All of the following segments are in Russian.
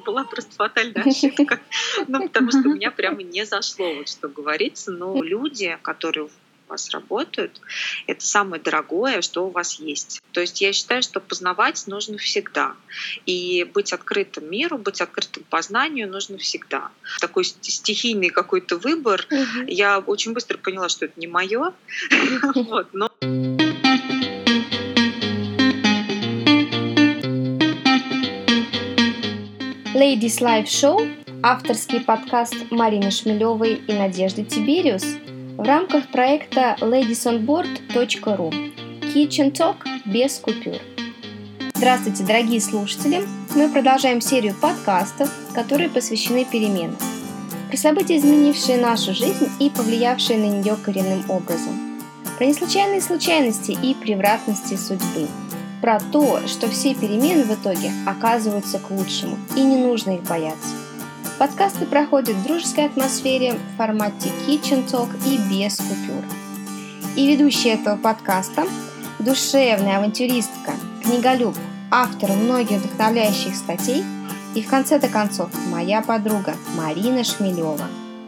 была просто фатальная ошибка. Ну, потому что у меня прямо не зашло, вот что говорится. Но люди, которые у вас работают, это самое дорогое, что у вас есть. То есть я считаю, что познавать нужно всегда. И быть открытым миру, быть открытым познанию нужно всегда. Такой стихийный какой-то выбор. Я очень быстро поняла, что это не мое. Но Ladies Live Show – авторский подкаст Марины Шмелевой и Надежды Тибериус в рамках проекта ladiesonboard.ru Kitchen Talk без купюр. Здравствуйте, дорогие слушатели! Мы продолжаем серию подкастов, которые посвящены переменам. Про события, изменившие нашу жизнь и повлиявшие на нее коренным образом. Про неслучайные случайности и превратности судьбы. Про то, что все перемены в итоге оказываются к лучшему, и не нужно их бояться. Подкасты проходят в дружеской атмосфере в формате Kitchen Talk и без купюр. И ведущая этого подкаста – душевная авантюристка, книголюб, автор многих вдохновляющих статей и, в конце-то концов, моя подруга Марина Шмелева.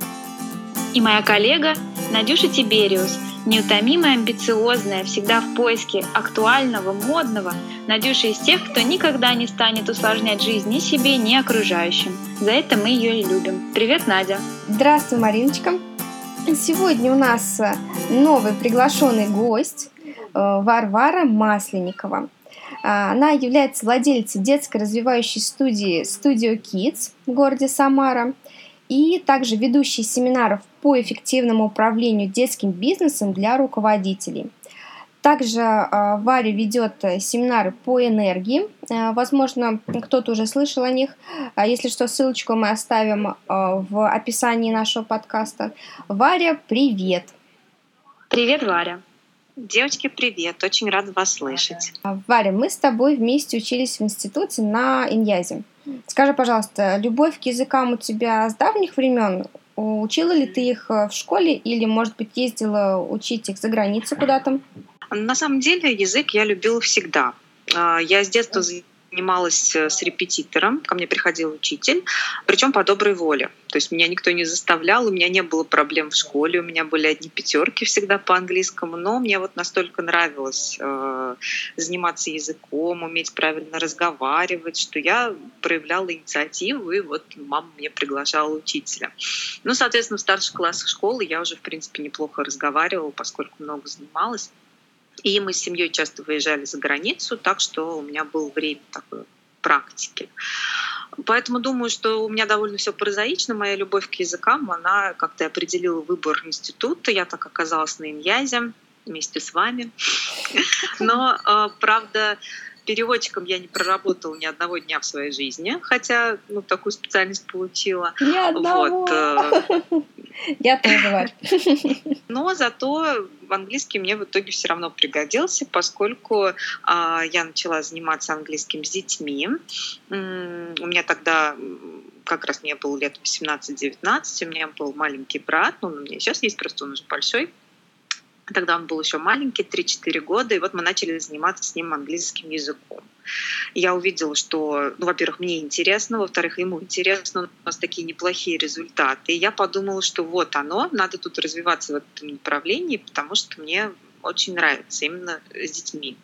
И моя коллега Надюша Тибериус – неутомимая, амбициозная, всегда в поиске актуального, модного. Надюша из тех, кто никогда не станет усложнять жизнь ни себе, ни окружающим. За это мы ее и любим. Привет, Надя! Здравствуй, Мариночка! Сегодня у нас новый приглашенный гость Варвара Масленникова. Она является владелицей детской развивающей студии Studio Kids в городе Самара и также ведущей семинаров по эффективному управлению детским бизнесом для руководителей. Также Варя ведет семинары по энергии. Возможно, кто-то уже слышал о них. Если что, ссылочку мы оставим в описании нашего подкаста. Варя, привет! Привет, Варя! Девочки, привет! Очень рада вас слышать. Варя, мы с тобой вместе учились в институте на Иньязе. Скажи, пожалуйста, любовь к языкам у тебя с давних времен? Учила ли ты их в школе или, может быть, ездила учить их за границей куда-то? На самом деле язык я любила всегда. Я с детства занималась с репетитором, ко мне приходил учитель, причем по доброй воле. То есть меня никто не заставлял, у меня не было проблем в школе, у меня были одни пятерки всегда по английскому, но мне вот настолько нравилось заниматься языком, уметь правильно разговаривать, что я проявляла инициативу, и вот мама мне приглашала учителя. Ну, соответственно, в старших классах школы я уже, в принципе, неплохо разговаривала, поскольку много занималась. И мы с семьей часто выезжали за границу, так что у меня было время такой практики. Поэтому думаю, что у меня довольно все прозаично. Моя любовь к языкам, она как-то определила выбор института. Я так оказалась на Иньязе вместе с вами. Но, правда, переводчиком я не проработала ни одного дня в своей жизни, хотя такую специальность получила. Ни одного! Вот. Я тоже, Варь. Но зато английский мне в итоге все равно пригодился, поскольку я начала заниматься английским с детьми. У меня тогда как раз мне было лет 18-19, у меня был маленький брат, у меня сейчас есть, просто он уже большой. Тогда он был еще маленький, 3-4 года, и вот мы начали заниматься с ним английским языком. Я увидела, что, во-первых, мне интересно, во-вторых, ему интересно, у нас такие неплохие результаты. И я подумала, что вот оно, надо тут развиваться в этом направлении, потому что мне очень нравится именно с детьми.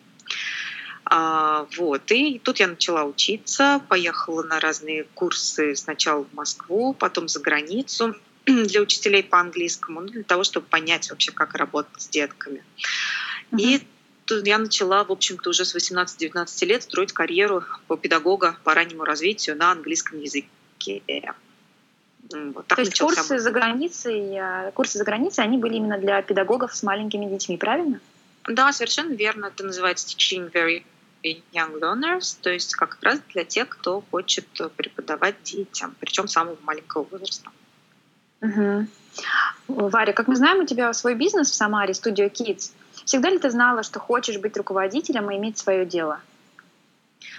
И тут я начала учиться, поехала на разные курсы сначала в Москву, потом за границу для учителей по английскому, для того, чтобы понять вообще, как работать с детками. И тут я начала, в общем-то, уже с 18-19 лет строить карьеру педагога по раннему развитию на английском языке. Вот, то есть курсы за границей, они были именно для педагогов с маленькими детьми, правильно? Да, совершенно верно. Это называется Teaching Very Young Learners, то есть как раз для тех, кто хочет преподавать детям, причем самого маленького возраста. Угу. Варя, как мы знаем, у тебя свой бизнес в Самаре, Studio Kids. Всегда ли ты знала, что хочешь быть руководителем и иметь свое дело?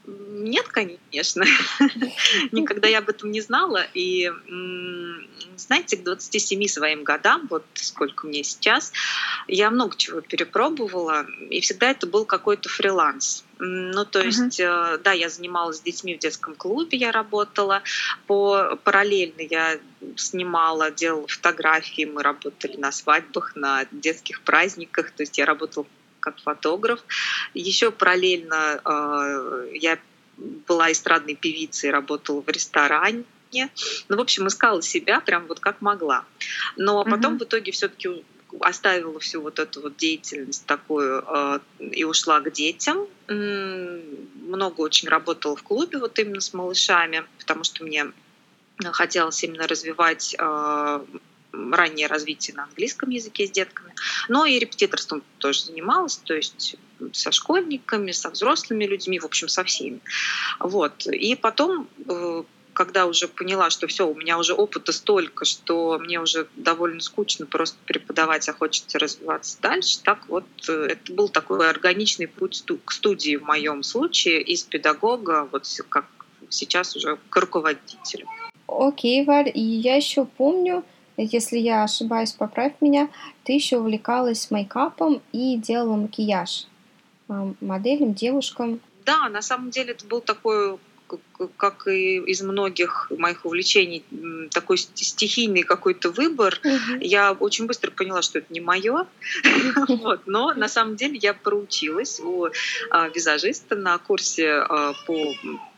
Нет, конечно. Никогда я об этом не знала. И, знаете, к 27 своим годам, вот сколько мне сейчас, я много чего перепробовала, и всегда это был какой-то фриланс. Ну, то есть, да, я занималась с детьми в детском клубе, я работала. Параллельно я снимала, делала фотографии, мы работали на свадьбах, на детских праздниках, то есть я работала как фотограф. Еще параллельно я была эстрадной певицей, работала в ресторане. Ну, в общем, искала себя прям вот как могла. Но потом в итоге все-таки оставила всю вот эту вот деятельность такую и ушла к детям. Много очень работала в клубе вот именно с малышами, потому что мне хотелось именно развивать раннее развитие на английском языке с детками. Но и репетиторством тоже занималась, то есть со школьниками, со взрослыми людьми, в общем, со всеми. Вот. И потом, когда уже поняла, что все, у меня уже опыта столько, что мне уже довольно скучно просто преподавать, а хочется развиваться дальше, так вот это был такой органичный путь к студии в моем случае из педагога, вот как сейчас уже к руководителю. Окей, Варь, и я еще помню, если я ошибаюсь, поправь меня, ты еще увлекалась мейкапом и делала макияж моделям, девушкам. Да, на самом деле это был такой, как и из многих моих увлечений, такой стихийный какой-то выбор. Я очень быстро поняла, что это не мое. Но на самом деле я проучилась у визажиста на курсе по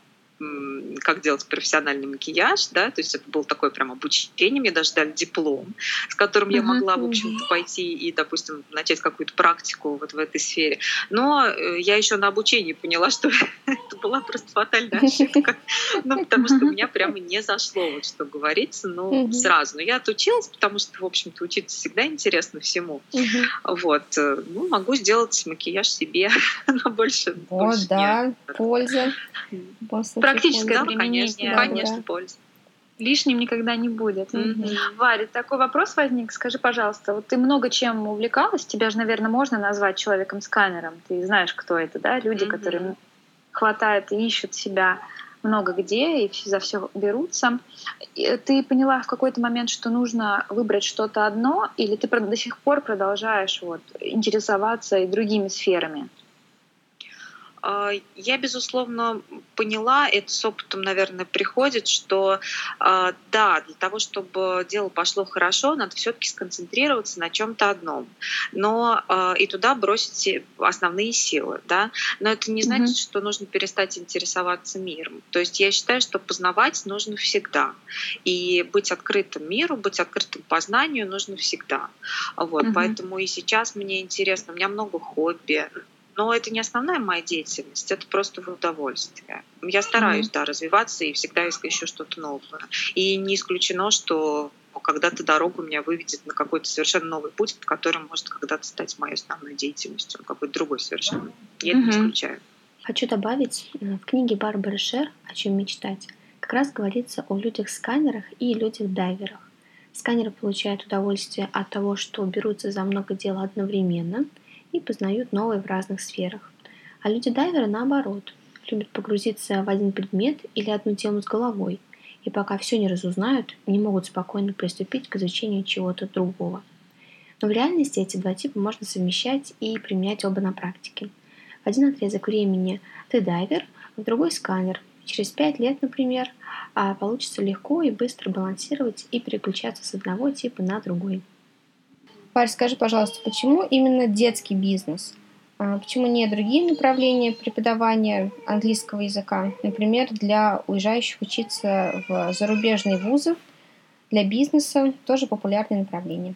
как делать профессиональный макияж, да, то есть это было такое прям обучение, мне даже дали диплом, с которым я могла, в общем-то, пойти и, допустим, начать какую-то практику вот в этой сфере. Но я еще на обучении поняла, что это была просто фатальная ошибка, ну, потому что у меня прямо не зашло, вот что говорится, ну, сразу. Но я отучилась, потому что, в общем-то, учиться всегда интересно всему. Вот. Ну, могу сделать макияж себе, но больше да, нет. Польза. Практическое применение. Конечно, польза. Лишним никогда не будет. Варя, такой вопрос возник. Скажи, пожалуйста, вот ты много чем увлекалась, тебя же, наверное, можно назвать человеком-сканером. Ты знаешь, кто это, да? Люди, которые хватают и ищут себя много где и за все берутся. И ты поняла в какой-то момент, что нужно выбрать что-то одно, или ты до сих пор продолжаешь вот интересоваться и другими сферами? Я, безусловно, поняла, это с опытом, наверное, приходит, что да, для того, чтобы дело пошло хорошо, надо все-таки сконцентрироваться на чем-то одном, но и туда бросить основные силы, да. Но это не значит, что нужно перестать интересоваться миром. То есть я считаю, что познавать нужно всегда, и быть открытым миру, быть открытым познанию нужно всегда. Вот, поэтому и сейчас мне интересно, у меня много хобби. Но это не основная моя деятельность, это просто в удовольствие. Я стараюсь, да, развиваться и всегда ищу что-то новое. И не исключено, что когда-то дорога меня выведет на какой-то совершенно новый путь, который может когда-то стать моей основной деятельностью, какой-то другой совершенно. Я это не исключаю. Хочу добавить, в книге Барбары Шер «О чем мечтать» как раз говорится о людях-сканерах и людях-дайверах. Сканеры получают удовольствие от того, что берутся за много дел одновременно и познают новые в разных сферах. А люди-дайверы, наоборот, любят погрузиться в один предмет или одну тему с головой, и пока все не разузнают, не могут спокойно приступить к изучению чего-то другого. Но в реальности эти два типа можно совмещать и применять оба на практике. В один отрезок времени ты дайвер, а в другой сканер. Через 5 лет, например, получится легко и быстро балансировать и переключаться с одного типа на другой. Варь, скажи, пожалуйста, почему именно детский бизнес? Почему не другие направления преподавания английского языка? Например, для уезжающих учиться в зарубежные вузы, для бизнеса тоже популярное направление.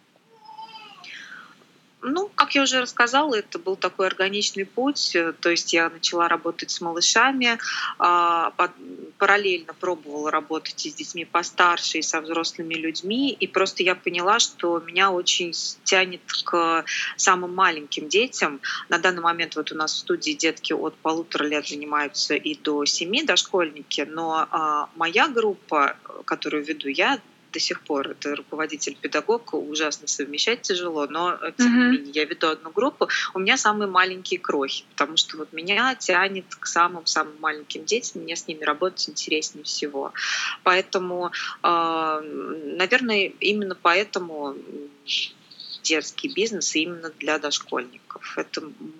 Ну, как я уже рассказала, это был такой органичный путь. То есть я начала работать с малышами, параллельно пробовала работать и с детьми постарше, и со взрослыми людьми. И просто я поняла, что меня очень тянет к самым маленьким детям. На данный момент вот у нас в студии детки от 1,5 лет занимаются и до 7, дошкольники. Но моя группа, которую веду я, до сих пор. Это руководитель-педагог, ужасно совмещать тяжело, но тем не менее я веду одну группу. У меня самые маленькие крохи, потому что вот меня тянет к самым-самым маленьким детям, мне с ними работать интереснее всего. Поэтому, наверное, именно поэтому детский бизнес именно для дошкольников. Это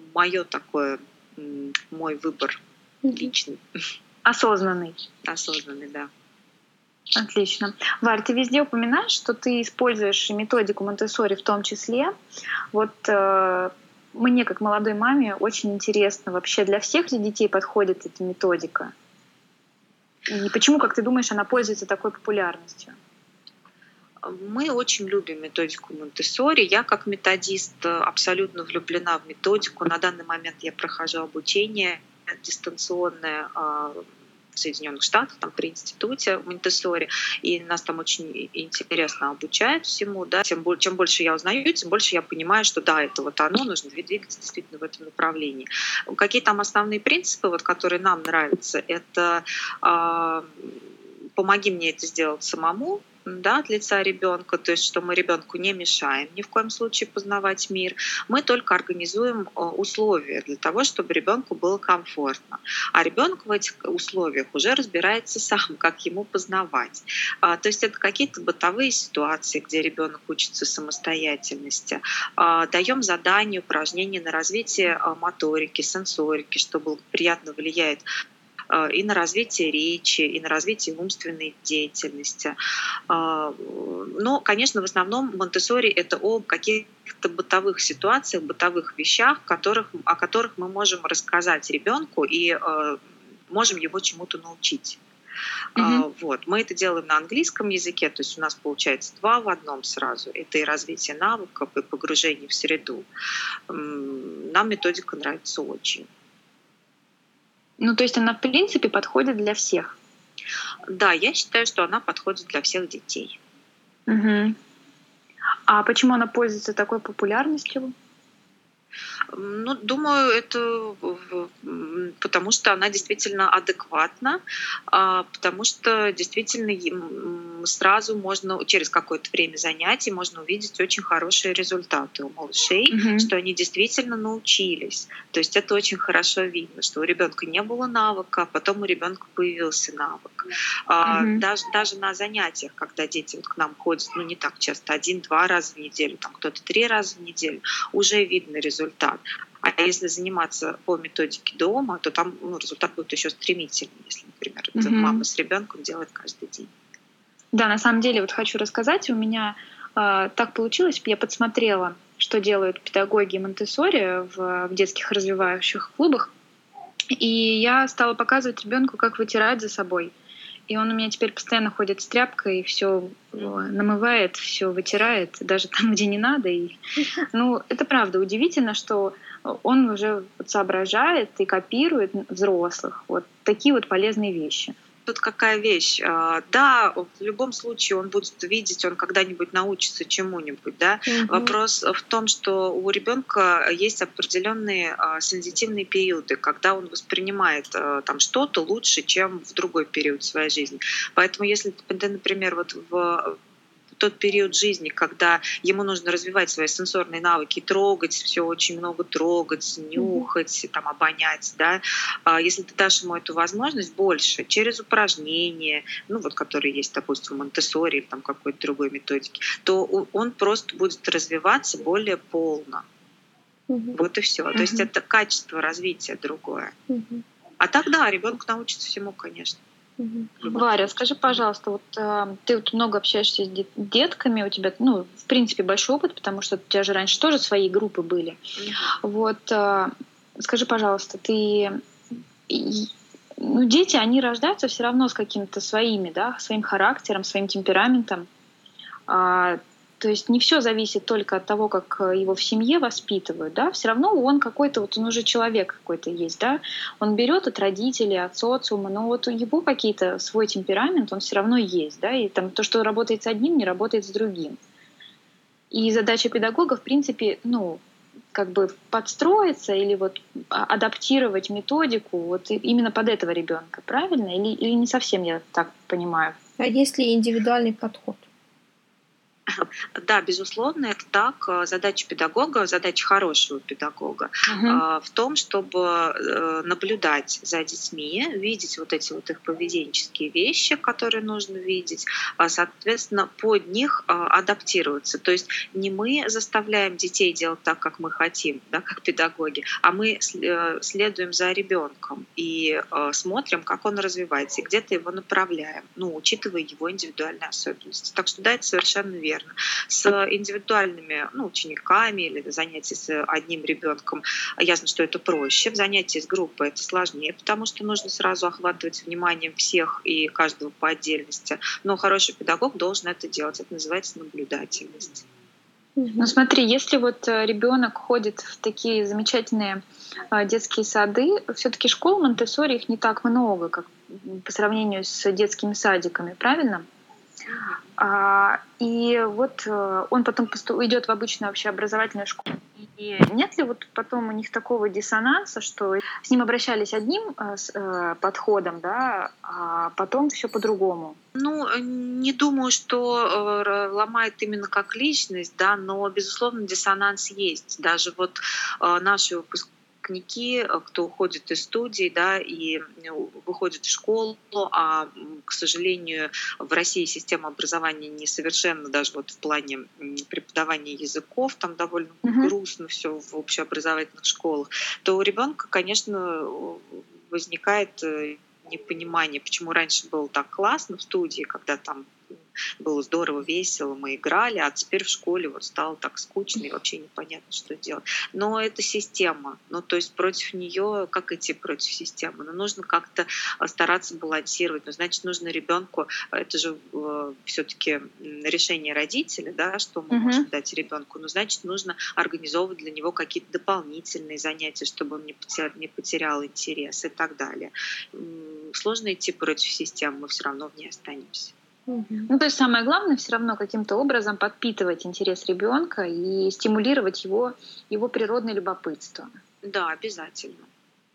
мой выбор личный. Осознанный. Осознанный, да. Отлично. Варь, ты везде упоминаешь, что ты используешь методику Монтессори в том числе. Вот мне, как молодой маме, очень интересно, вообще для всех ли детей подходит эта методика? И почему, как ты думаешь, она пользуется такой популярностью? Мы очень любим методику Монтессори. Я как методист абсолютно влюблена в методику. На данный момент я прохожу обучение дистанционное в Соединенных Штатах, там при институте Монтессори, и нас там очень интересно обучают всему, да. Чем больше я узнаю, тем больше я понимаю, что да, это вот оно, нужно двигаться действительно в этом направлении. Какие там основные принципы, вот, которые нам нравятся, это помоги мне это сделать самому, да, от лица ребенка, то есть что мы ребенку не мешаем ни в коем случае познавать мир, мы только организуем условия для того, чтобы ребенку было комфортно. А ребенок в этих условиях уже разбирается сам, как ему познавать. То есть это какие-то бытовые ситуации, где ребенок учится самостоятельности. Даем задания, упражнения на развитие моторики, сенсорики, что благоприятно влияет и на развитие речи, и на развитие умственной деятельности. Но, конечно, в основном Монтессори — это о каких-то бытовых ситуациях, бытовых вещах, о которых мы можем рассказать ребенку и можем его чему-то научить. Вот. Мы это делаем на английском языке, то есть у нас получается 2 в 1 сразу. Это и развитие навыков, и погружение в среду. Нам методика нравится очень. Ну, то есть она, в принципе, подходит для всех? Да, я считаю, что она подходит для всех детей. Угу. А почему она пользуется такой популярностью? Ну, думаю, это потому что она действительно адекватна, потому что действительно сразу можно через какое-то время занятий можно увидеть очень хорошие результаты у малышей, что они действительно научились. То есть это очень хорошо видно, что у ребенка не было навыка, а потом у ребенка появился навык. Даже на занятиях, когда дети вот к нам ходят, ну не так часто, 1-2 раза в неделю, там кто-то 3 раза в неделю, уже видно результат. А если заниматься по методике дома, то там результат будет еще стремительнее, если, например, это мама с ребенком делает каждый день. Да, на самом деле, вот хочу рассказать, у меня так получилось, я подсмотрела, что делают педагоги Монтессори в детских развивающих клубах, и я стала показывать ребенку, как вытирать за собой. И он у меня теперь постоянно ходит с тряпкой, все намывает, все вытирает, даже там, где не надо. Ну, это правда удивительно, что он уже соображает и копирует взрослых. Вот такие вот полезные вещи. Тут какая вещь. Да, в любом случае он будет видеть, он когда-нибудь научится чему-нибудь. Да? Вопрос в том, что у ребенка есть определенные сенситивные периоды, когда он воспринимает там что-то лучше, чем в другой период своей жизни. Поэтому если ты, например, вот в тот период жизни, когда ему нужно развивать свои сенсорные навыки, трогать, все очень много трогать, нюхать, там, обонять, да, если ты дашь ему эту возможность больше через упражнения, ну вот, которые есть, допустим, в Монтессори или там какой-то другой методике, то он просто будет развиваться более полно. Вот и все. То есть это качество развития другое. А так, да, ребенок научится всему, конечно. Варя, скажи, пожалуйста, вот ты вот много общаешься с детками, у тебя, ну, в принципе, большой опыт, потому что у тебя же раньше тоже свои группы были. Вот скажи, пожалуйста, дети, они рождаются все равно с какими-то своими, да, своим характером, своим темпераментом. То есть не все зависит только от того, как его в семье воспитывают, да, все равно он какой-то, вот он уже человек какой-то есть, да, он берет от родителей, от социума, но вот у него какие-то свой темперамент, он все равно есть, да, и там то, что работает с одним, не работает с другим. И задача педагога, в принципе, ну, как бы подстроиться или вот адаптировать методику вот именно под этого ребенка, правильно? Или не совсем я так понимаю? А есть ли индивидуальный подход? Да, безусловно, это так. Задача педагога, задача хорошего педагога в том, чтобы наблюдать за детьми, видеть вот эти вот их поведенческие вещи, которые нужно видеть, соответственно, под них адаптироваться. То есть не мы заставляем детей делать так, как мы хотим, да, как педагоги, а мы следуем за ребенком и смотрим, как он развивается, и где-то его направляем, учитывая его индивидуальные особенности. Так что да, это совершенно верно. С индивидуальными учениками или занятия с одним ребенком ясно, что это проще. В занятии с группой это сложнее, потому что нужно сразу охватывать вниманием всех и каждого по отдельности. Но хороший педагог должен это делать. Это называется наблюдательность. Ну смотри, если вот ребенок ходит в такие замечательные детские сады, все-таки школ Монтессори их не так много, как по сравнению с детскими садиками, правильно? И вот он потом идет в обычную общеобразовательную школу. И нет ли вот потом у них такого диссонанса, что с ним обращались одним подходом, да, а потом все по-другому? Не думаю, что ломает именно как личность, да, но, безусловно, диссонанс есть. Даже вот наши выпускники, кто уходит из студии, да, и выходит в школу, а, к сожалению, в России система образования несовершенна даже вот в плане преподавания языков, там довольно грустно все в общеобразовательных школах, то у ребенка, конечно, возникает непонимание, почему раньше было так классно в студии, когда там было здорово, весело, мы играли, а теперь в школе вот стало так скучно и вообще непонятно, что делать. Но это система. То есть против нее, как идти против системы? Нужно как-то стараться балансировать. Значит, нужно ребенку, это же все-таки решение родителей, да, что мы можем дать ребенку. Значит, нужно организовывать для него какие-то дополнительные занятия, чтобы он не потерял интерес и так далее. Сложно идти против системы, мы все равно в ней останемся. То есть самое главное все равно каким-то образом подпитывать интерес ребенка и стимулировать его природное любопытство. Да, обязательно.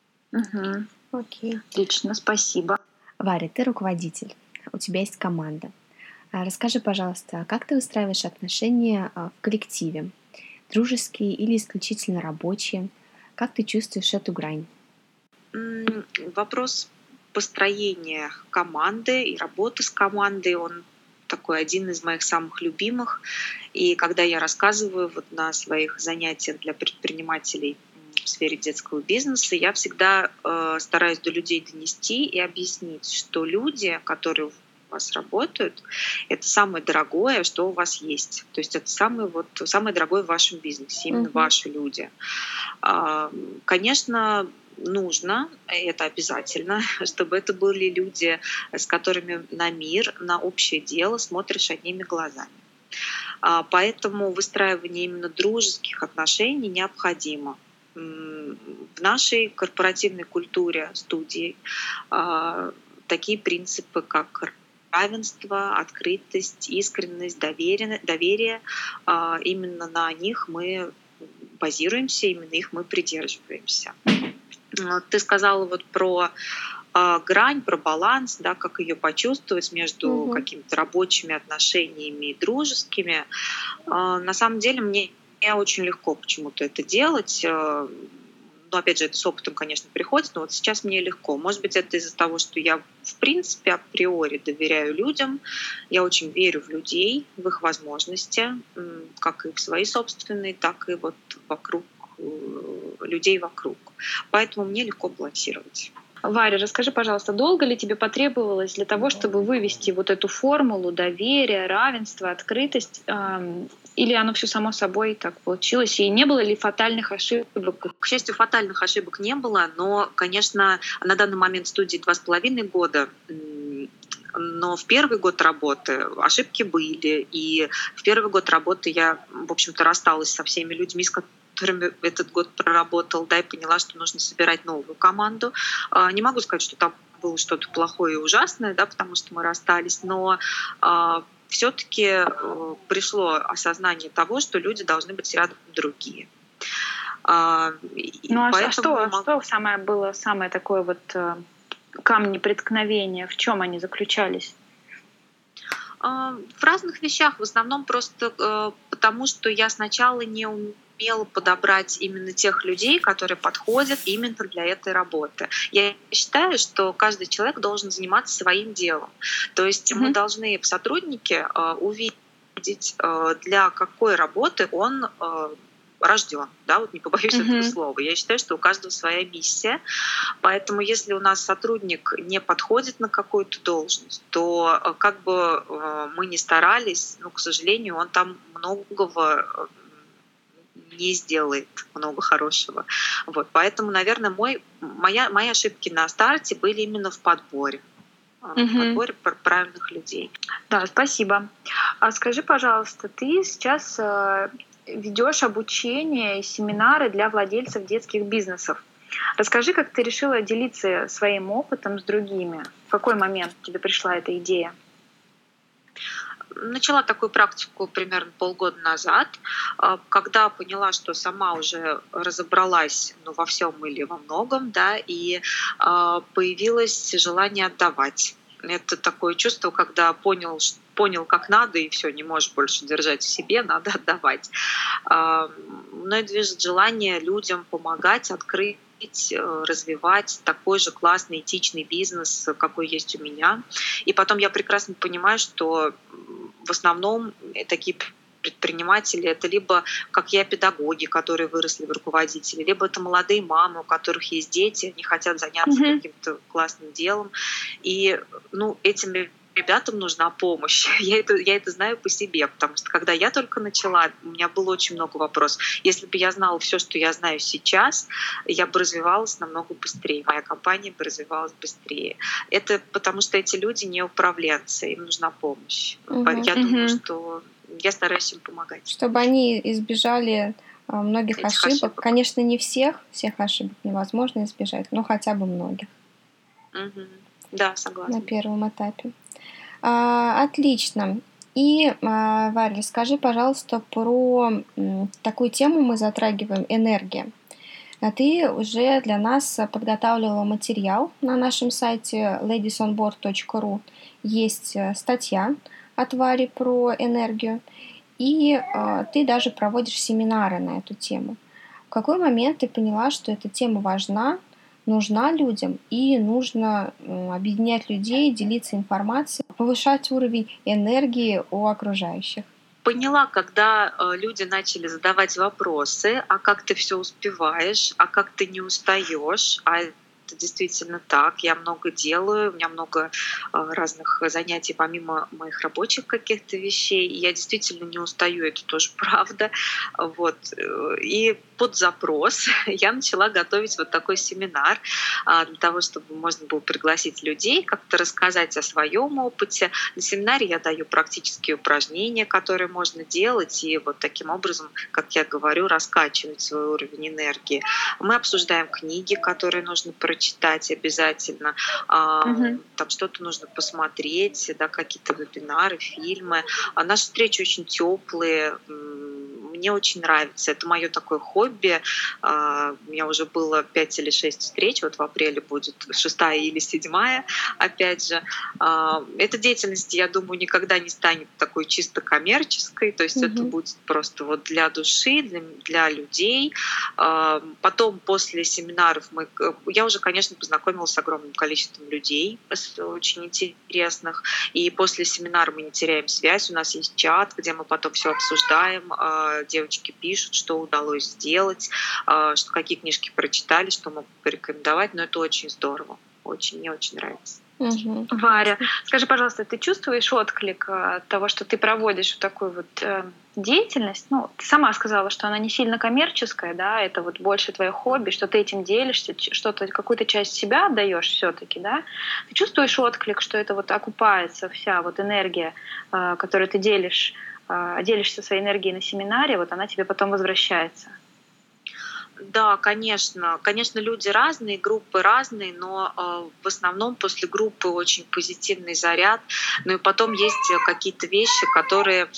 Окей. Отлично, спасибо. Варя, ты руководитель, у тебя есть команда. Расскажи, пожалуйста, как ты выстраиваешь отношения в коллективе? Дружеские или исключительно рабочие? Как ты чувствуешь эту грань? Вопрос построения команды и работы с командой, он такой один из моих самых любимых. И когда я рассказываю вот на своих занятиях для предпринимателей в сфере детского бизнеса, я всегда стараюсь до людей донести и объяснить, что люди, которые у вас работают, это самое дорогое, что у вас есть. То есть это самое дорогое в вашем бизнесе, именно ваши люди. Конечно, нужно, это обязательно, чтобы это были люди, с которыми на мир, на общее дело смотришь одними глазами. Поэтому выстраивание именно дружеских отношений необходимо. В нашей корпоративной культуре студии такие принципы, как равенство, открытость, искренность, доверие, именно на них мы базируемся, именно их мы придерживаемся. Ты сказала вот про грань, про баланс, да, как ее почувствовать между какими-то рабочими отношениями и дружескими. На самом деле мне очень легко почему-то это делать. Опять же, это с опытом, конечно, приходит, но вот сейчас мне легко. Может быть, это из-за того, что я, в принципе, априори доверяю людям. Я очень верю в людей, в их возможности, как и в свои собственные, так и вот вокруг людей вокруг. Поэтому мне легко балансировать. Варя, расскажи, пожалуйста, долго ли тебе потребовалось для того, чтобы вывести вот эту формулу доверия, равенства, открытость, или оно все само собой так получилось? И не было ли фатальных ошибок? К счастью, фатальных ошибок не было, но, конечно, на данный момент студии 2,5 года, но в первый год работы ошибки были, и в первый год работы я, в общем-то, рассталась со всеми людьми, с которыми этот год проработал, да, и поняла, что нужно собирать новую команду. Не могу сказать, что там было что-то плохое и ужасное, да, потому что мы расстались, но все-таки пришло осознание того, что люди должны быть рядом другие. Что самое такое вот камни преткновения? В чем они заключались? В разных вещах, в основном просто потому, что я сначала не умела подобрать именно тех людей, которые подходят именно для этой работы. Я считаю, что каждый человек должен заниматься своим делом. То есть мы должны в сотруднике увидеть, для какой работы он рожден, да, вот не побоюсь этого слова. Я считаю, что у каждого своя миссия, поэтому если у нас сотрудник не подходит на какую-то должность, то как бы мы ни старались, к сожалению, он там многого не сделает, много хорошего. Вот, поэтому, наверное, мои ошибки на старте были именно в подборе. В подборе правильных людей. Да, спасибо. А скажи, пожалуйста, ты сейчас ведешь обучение и семинары для владельцев детских бизнесов. Расскажи, как ты решила делиться своим опытом с другими? В какой момент тебе пришла эта идея? Начала такую практику примерно полгода назад, когда поняла, что сама уже разобралась во всем или во многом, да, и появилось желание отдавать. Это такое чувство, когда понял, как надо, и все, не можешь больше держать в себе, надо отдавать. Мной движет желание людям помогать, открыть, развивать такой же классный, этичный бизнес, какой есть у меня. И потом я прекрасно понимаю, что в основном такие предприниматели — это либо, как я, педагоги, которые выросли в руководители, либо это молодые мамы, у которых есть дети, они хотят заняться каким-то классным делом. И этим ребятам нужна помощь. Я это знаю по себе, потому что когда я только начала, у меня было очень много вопросов. Если бы я знала все, что я знаю сейчас, я бы развивалась намного быстрее, моя компания бы развивалась быстрее. Это потому что эти люди не управленцы, им нужна помощь. Я думаю, что я стараюсь им помогать. Чтобы они избежали многих ошибок. Конечно, не всех ошибок невозможно избежать, но хотя бы многих. Да, согласна. На первом этапе. Отлично. И, Варя, расскажи, пожалуйста, про такую тему мы затрагиваем — энергия. Ты уже для нас подготавливала материал на нашем сайте ladysonboard.ru. Есть статья от Вари про энергию, и ты даже проводишь семинары на эту тему. В какой момент ты поняла, что эта тема важна, нужна людям, и нужно объединять людей, делиться информацией, повышать уровень энергии у окружающих? Поняла, когда люди начали задавать вопросы: а как ты все успеваешь, а как ты не устаешь, а это действительно так. Я много делаю, у меня много разных занятий помимо моих рабочих каких-то вещей. И я действительно не устаю, это тоже правда. Вот. И под запрос я начала готовить вот такой семинар для того, чтобы можно было пригласить людей, как-то рассказать о своем опыте. На семинаре я даю практические упражнения, которые можно делать, и вот таким образом, как я говорю, раскачивать свой уровень энергии. Мы обсуждаем книги, которые нужно прочитать обязательно. Там что-то нужно посмотреть, да, какие-то вебинары, фильмы. Наши встречи очень теплые. Мне очень нравится. Это мое такое хобби. У меня уже было 5 или 6 встреч. Вот в апреле будет 6-я или 7-я, опять же. Эта деятельность, я думаю, никогда не станет такой чисто коммерческой. То есть это будет просто вот для души, для людей. Потом, после семинаров, я уже, конечно, познакомилась с огромным количеством людей, очень интересных. И после семинара мы не теряем связь. У нас есть чат, где мы потом все обсуждаем. Девочки пишут, что удалось сделать, что какие книжки прочитали, что могут порекомендовать. Но это очень здорово. Мне очень нравится. Варя, скажи, пожалуйста, ты чувствуешь отклик от того, что ты проводишь вот такую вот деятельность? Ты сама сказала, что она не сильно коммерческая, да, это вот больше твое хобби, что ты этим делишься, что-то, какую-то часть себя отдаешь все-таки, да? Ты чувствуешь отклик, что это вот окупается вся вот энергия, которую ты делишься своей энергией на семинаре, вот она тебе потом возвращается? Да, конечно. Конечно, люди разные, группы разные, но в основном после группы очень позитивный заряд. Ну и потом есть какие-то вещи, которые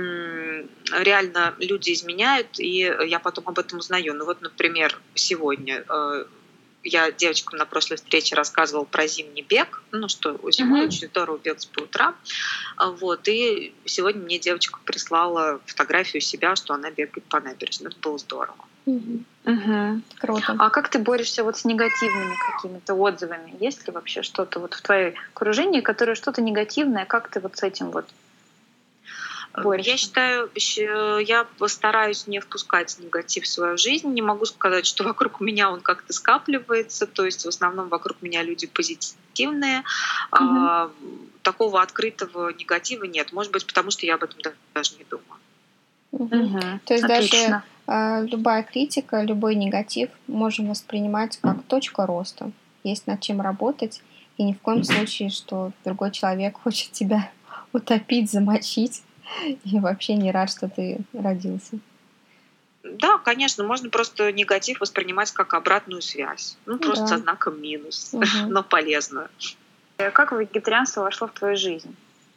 реально люди изменяют, и я потом об этом узнаю. Ну вот, например, сегодня я девочкам на прошлой встрече рассказывала про зимний бег, что зимой очень здорово бегать по утрам. И сегодня мне девочка прислала фотографию себя, что она бегает по набережной. Это было здорово. Круто. А как ты борешься с негативными какими-то отзывами? Есть ли вообще что-то в твоем окружении, которое что-то негативное? Как ты с этим борешься? Я считаю, я постараюсь не впускать негатив в свою жизнь. Не могу сказать, что вокруг меня он как-то скапливается. То есть в основном вокруг меня люди позитивные. Такого открытого негатива нет. Может быть, потому что я об этом даже не думаю. То есть даже любая критика, любой негатив можем воспринимать как точка роста. Есть над чем работать. И ни в коем случае, что другой человек хочет тебя утопить, замочить. И вообще не рад, что ты родился. Да, конечно, можно просто негатив воспринимать как обратную связь. Просто со знаком минус, но полезную. Как вегетарианство вошло в твою жизнь?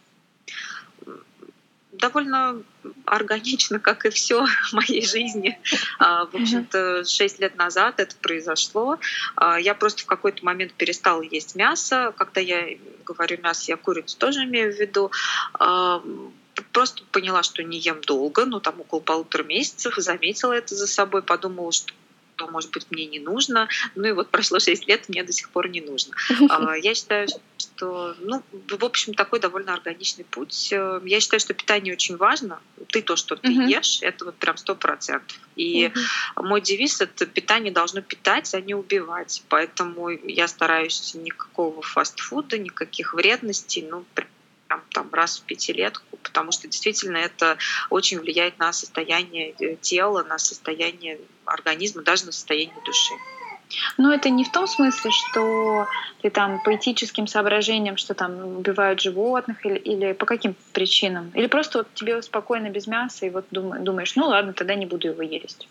Довольно органично, как и все в моей жизни. В общем-то, 6 лет назад это произошло. Я просто в какой-то момент перестала есть мясо. Когда я говорю мясо, я курицу тоже имею в виду. Просто поняла, что не ем долго, около 1,5 месяцев, заметила это за собой, подумала, что может быть, мне не нужно. Прошло 6 лет, мне до сих пор не нужно. Я считаю, что, в общем, такой довольно органичный путь. Я считаю, что питание очень важно. То, что ты ешь, это прям 100%. И мой девиз — это питание должно питать, а не убивать. Поэтому я стараюсь никакого фастфуда, никаких вредностей, раз в 5-летку, потому что действительно это очень влияет на состояние тела, на состояние организма, даже на состояние души. Но это не в том смысле, что ты по этическим соображениям, что убивают животных, или по каким причинам? Или просто тебе спокойно без мяса, и думаешь, ладно, тогда не буду его есть.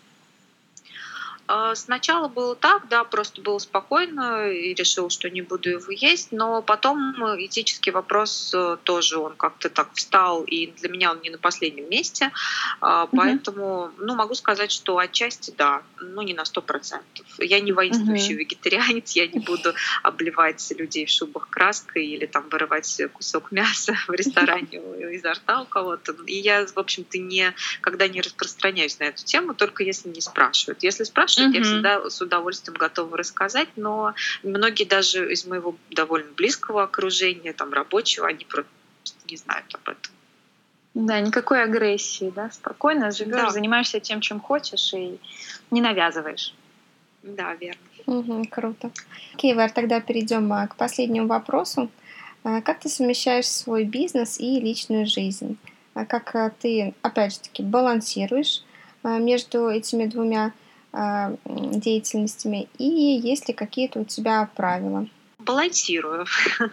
Сначала было так, да, просто было спокойно и решил, что не буду его есть, но потом этический вопрос тоже, он как-то так встал, и для меня он не на последнем месте, поэтому, могу сказать, что отчасти да, не на 100%. Я не воинствующий вегетарианец, я не буду обливать людей в шубах краской или вырывать кусок мяса в ресторане изо рта у кого-то. И я, в общем-то, никогда не распространяюсь на эту тему, только если не спрашивают. Если спрашивают, я всегда с удовольствием готова рассказать, но многие даже из моего довольно близкого окружения, рабочего, они просто не знают об этом. Да, никакой агрессии, да, спокойно живешь, занимаешься тем, чем хочешь, и не навязываешь. Да, верно. Круто. Окей, Варь, тогда перейдем к последнему вопросу. Как ты совмещаешь свой бизнес и личную жизнь? Как ты, опять же таки, балансируешь между этими двумя деятельностями, и есть ли какие-то у тебя правила? Балансирую.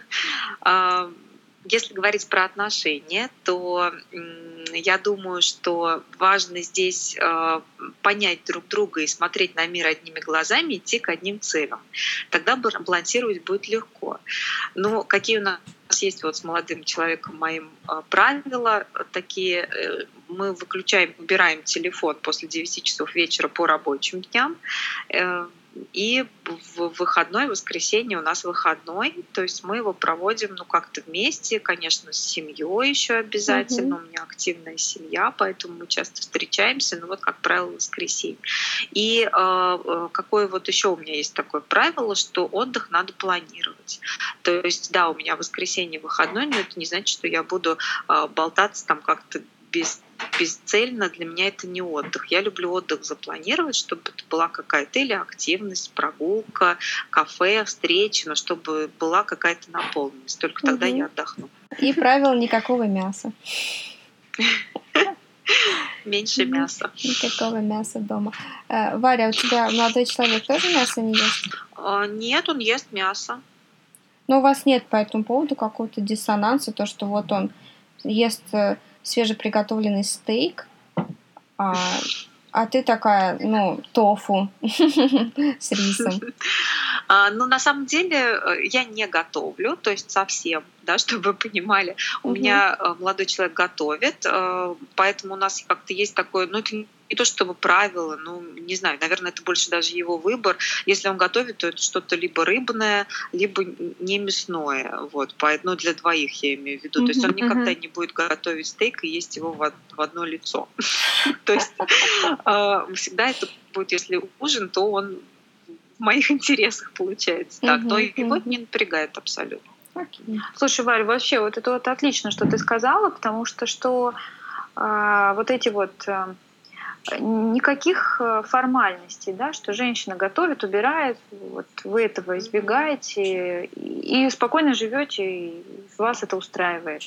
Если говорить про отношения, то я думаю, что важно здесь понять друг друга и смотреть на мир одними глазами, идти к одним целям. Тогда балансировать будет легко. Но какие у нас есть с молодым человеком моим правила такие: мы убираем телефон после 9 часов вечера по рабочим дням, и в выходной, в воскресенье у нас выходной, то есть мы его проводим как-то вместе, конечно, с семьей еще обязательно. У меня активная семья, поэтому мы часто встречаемся, как правило, в воскресенье. И какое еще у меня есть такое правило, что отдых надо планировать. То есть, да, у меня воскресенье выходной, но это не значит, что я буду болтаться как-то бесцельно. Для меня это не отдых. Я люблю отдых запланировать, чтобы это была какая-то или активность, прогулка, кафе, встреча, но чтобы была какая-то наполненность. Только тогда я отдохну. И правило: никакого мяса. Меньше мяса. Никакого мяса дома. Варя, у тебя молодой человек тоже мясо не ест? Нет, он ест мясо. Но у вас нет по этому поводу какого-то диссонанса, то, что он ест свежеприготовленный стейк, а ты такая, тофу с рисом. Но на самом деле я не готовлю, то есть совсем, да, чтобы вы понимали. У меня молодой человек готовит, поэтому у нас как-то есть такое, ну это не то чтобы правило, ну не знаю, наверное, это больше даже его выбор. Если он готовит, то это что-то либо рыбное, либо не мясное, вот, ну для двоих я имею в виду. То есть он никогда не будет готовить стейк и есть его в одно лицо. То есть всегда это будет, если ужин, то он в моих интересах получается так, но его это не напрягает абсолютно. Слушай, Варя, вообще вот это вот отлично, что ты сказала, потому что вот эти вот никаких формальностей, да, что женщина готовит, убирает, вот вы этого избегаете и спокойно живете, и вас это устраивает.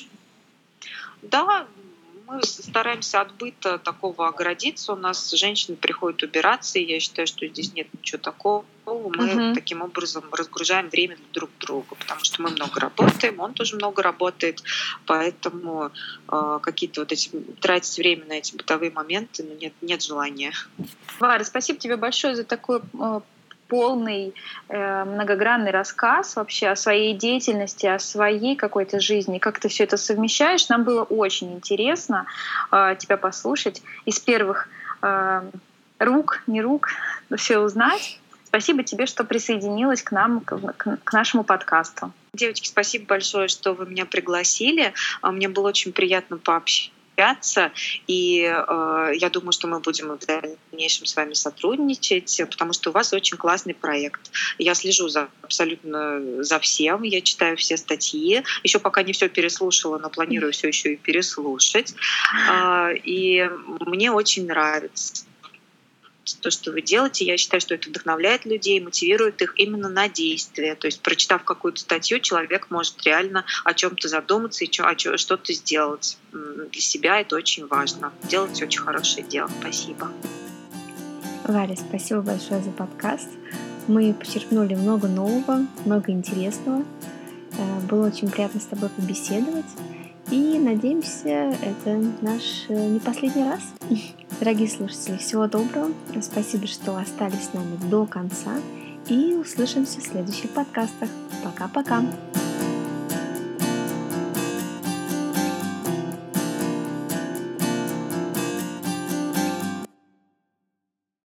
Да, мы стараемся от быта такого оградиться. У нас женщины приходят убираться, и я считаю, что здесь нет ничего такого. Мы таким образом разгружаем время друг друга, потому что мы много работаем, он тоже много работает, поэтому какие-то вот эти тратить время на эти бытовые моменты, ну, нет желания. Варя, спасибо тебе большое за такой полный, многогранный рассказ вообще о своей деятельности, о своей какой-то жизни, как ты все это совмещаешь. Нам было очень интересно тебя послушать, из первых рук, все узнать. Спасибо тебе, что присоединилась к нам, к нашему подкасту. Девочки, спасибо большое, что вы меня пригласили. Мне было очень приятно пообщаться. И я думаю, что мы будем в дальнейшем с вами сотрудничать, потому что у вас очень классный проект. Я слежу абсолютно за всем, я читаю все статьи. Еще пока не все переслушала, но планирую все еще и переслушать. И мне очень нравится то, что вы делаете. Я считаю, что это вдохновляет людей, мотивирует их именно на действие. То есть, прочитав какую-то статью, человек может реально о чем-то задуматься и что-то сделать. Для себя это очень важно. Делать очень хорошее дело. Спасибо. Варя, спасибо большое за подкаст. Мы почерпнули много нового, много интересного. Было очень приятно с тобой побеседовать. И надеемся, это наш не последний раз. Дорогие слушатели, всего доброго. Спасибо, что остались с нами до конца. И услышимся в следующих подкастах. Пока-пока.